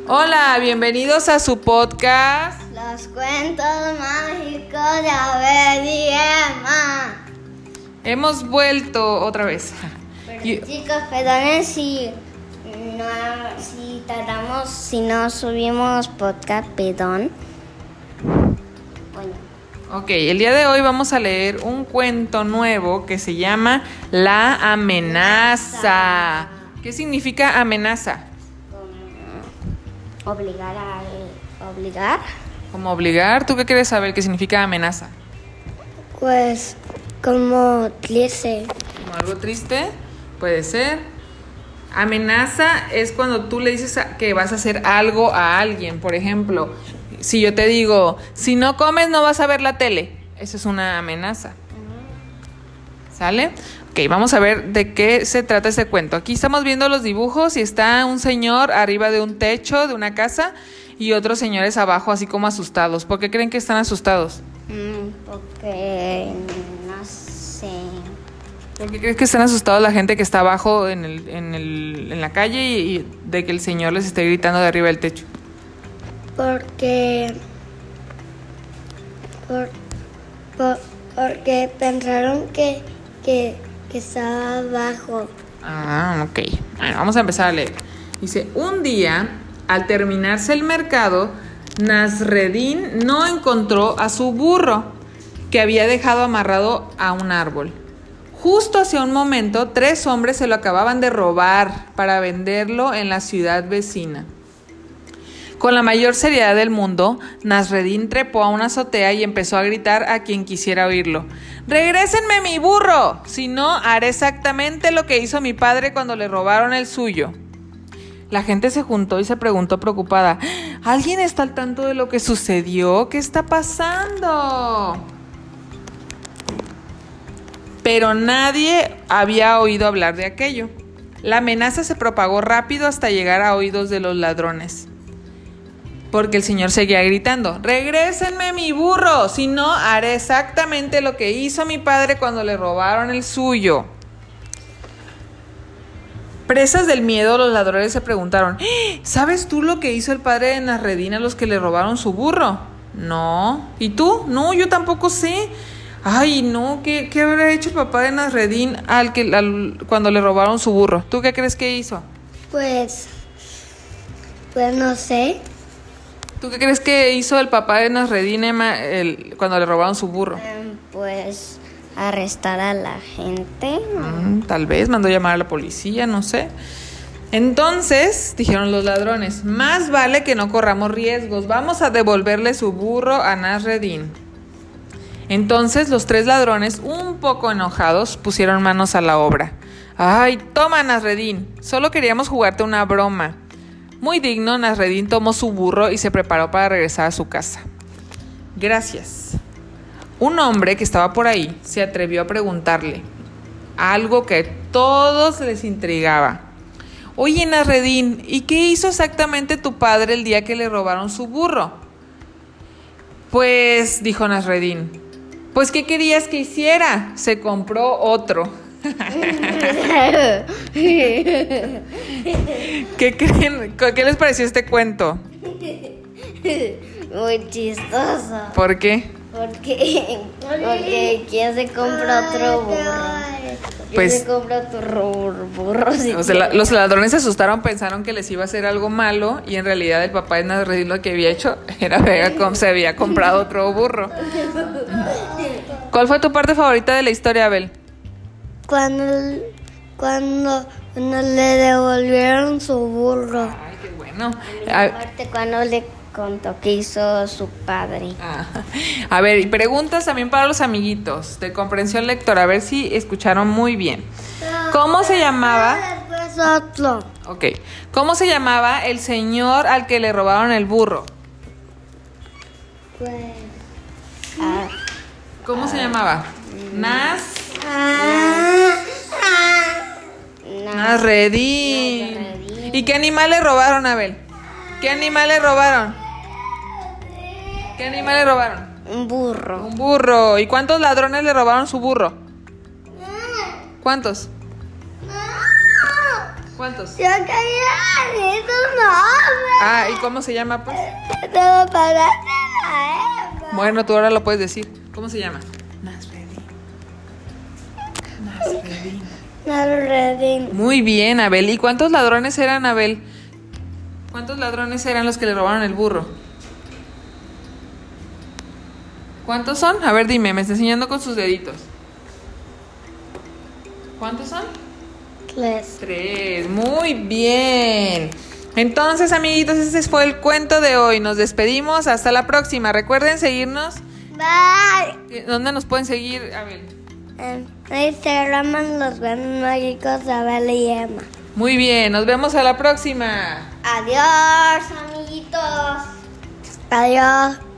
Hola, bienvenidos a su podcast Los cuentos mágicos de Abel y Emma. Hemos vuelto otra vez. Chicos, perdonen si no subimos podcast, perdón. Bueno. Ok, el día de hoy vamos a leer un cuento nuevo que se llama La Amenaza. ¿Qué significa amenaza? Obligar. ¿Cómo obligar? ¿Tú qué quieres saber qué significa amenaza? Pues como triste. ¿Como algo triste? Puede ser. Amenaza es cuando tú le dices que vas a hacer algo a alguien. Por ejemplo, si yo te digo, si no comes no vas a ver la tele. Eso es una amenaza. ¿Sale? Ok, vamos a ver de qué se trata este cuento. Aquí estamos viendo los dibujos y está un señor arriba de un techo de una casa y otros señores abajo así como asustados. ¿Por qué creen que están asustados? Porque no sé. ¿Por qué crees que están asustados la gente que está abajo en la calle y de que el señor les esté gritando de arriba del techo? Porque pensaron que estaba abajo. Ah, ok. Bueno, vamos a empezar a leer. Dice, un día, al terminarse el mercado, Nasreddin no encontró a su burro, que había dejado amarrado a un árbol. Justo hace un momento, 3 hombres se lo acababan de robar para venderlo en la ciudad vecina. Con la mayor seriedad del mundo, Nasreddin trepó a una azotea y empezó a gritar a quien quisiera oírlo. ¡Regrésenme mi burro! Si no, haré exactamente lo que hizo mi padre cuando le robaron el suyo. La gente se juntó y se preguntó preocupada, ¿alguien está al tanto de lo que sucedió? ¿Qué está pasando? Pero nadie había oído hablar de aquello. La amenaza se propagó rápido hasta llegar a oídos de los ladrones. Porque el señor seguía gritando, ¡regrésenme mi burro! Si no, haré exactamente lo que hizo mi padre cuando le robaron el suyo. Presas del miedo, los ladrones se preguntaron, ¿sabes tú lo que hizo el padre de Nasreddin a los que le robaron su burro? No. ¿Y tú? No, yo tampoco sé. Ay, no, ¿qué habrá hecho el papá de Nasreddin cuando le robaron su burro? ¿Tú qué crees que hizo? Pues no sé. ¿Tú qué crees que hizo el papá de Nasreddin, Emma, cuando le robaron su burro? Pues arrestar a la gente. Tal vez mandó llamar a la policía, no sé. Entonces, dijeron los ladrones, más vale que no corramos riesgos, vamos a devolverle su burro a Nasreddin. Entonces los 3 ladrones, un poco enojados, pusieron manos a la obra. ¡Ay, toma Nasreddin! Solo queríamos jugarte una broma. Muy digno, Nasreddin tomó su burro y se preparó para regresar a su casa. Gracias. Un hombre que estaba por ahí se atrevió a preguntarle algo que todos les intrigaba. Oye, Nasreddin, ¿y qué hizo exactamente tu padre el día que le robaron su burro? Pues, dijo Nasreddin, pues, ¿qué querías que hiciera? Se compró otro. ¿Qué les pareció este cuento? Muy chistoso. ¿Por qué? Porque ¿quién se compra otro burro? ¿Quién se compra otro burro? O sea, los ladrones se asustaron, pensaron que les iba a hacer algo malo y en realidad el papá de Nasreddin lo que había hecho era se había comprado otro burro. ¿Cuál fue tu parte favorita de la historia, Abel? Cuando le devolvieron su burro. Ay, qué bueno. Aparte cuando le contó que hizo su padre. A ver, y preguntas también para los amiguitos de comprensión lectora, a ver si escucharon muy bien. ¿Cómo se llamaba? Ok. ¿Cómo se llamaba el señor al que le robaron el burro? ¿Cómo se llamaba? Nasreddin. ¿Y qué animal le robaron, Abel? ¿Qué animal le robaron? Un burro. Un burro. ¿Y cuántos ladrones le robaron su burro? ¿Cuántos? ¿Cuántos? Yo quería decir tu nombre. Ah, ¿y cómo se llama, pues? No me paraste la Eva. Bueno, tú ahora lo puedes decir. ¿Cómo se llama? Nasreddin. Nasreddin. Nasreddin. Muy bien, Abel. ¿Y cuántos ladrones eran, Abel? ¿Cuántos ladrones eran los que le robaron el burro? ¿Cuántos son? A ver, dime, me está enseñando con sus deditos. ¿Cuántos son? 3. 3. Muy bien. Entonces, amiguitos, ese fue el cuento de hoy. Nos despedimos. Hasta la próxima. Recuerden seguirnos. Bye. ¿Dónde nos pueden seguir, Abel? En Instagram los buenos mágicos de Abel y Emma. Muy bien. Nos vemos a la próxima. Adiós, amiguitos. Adiós.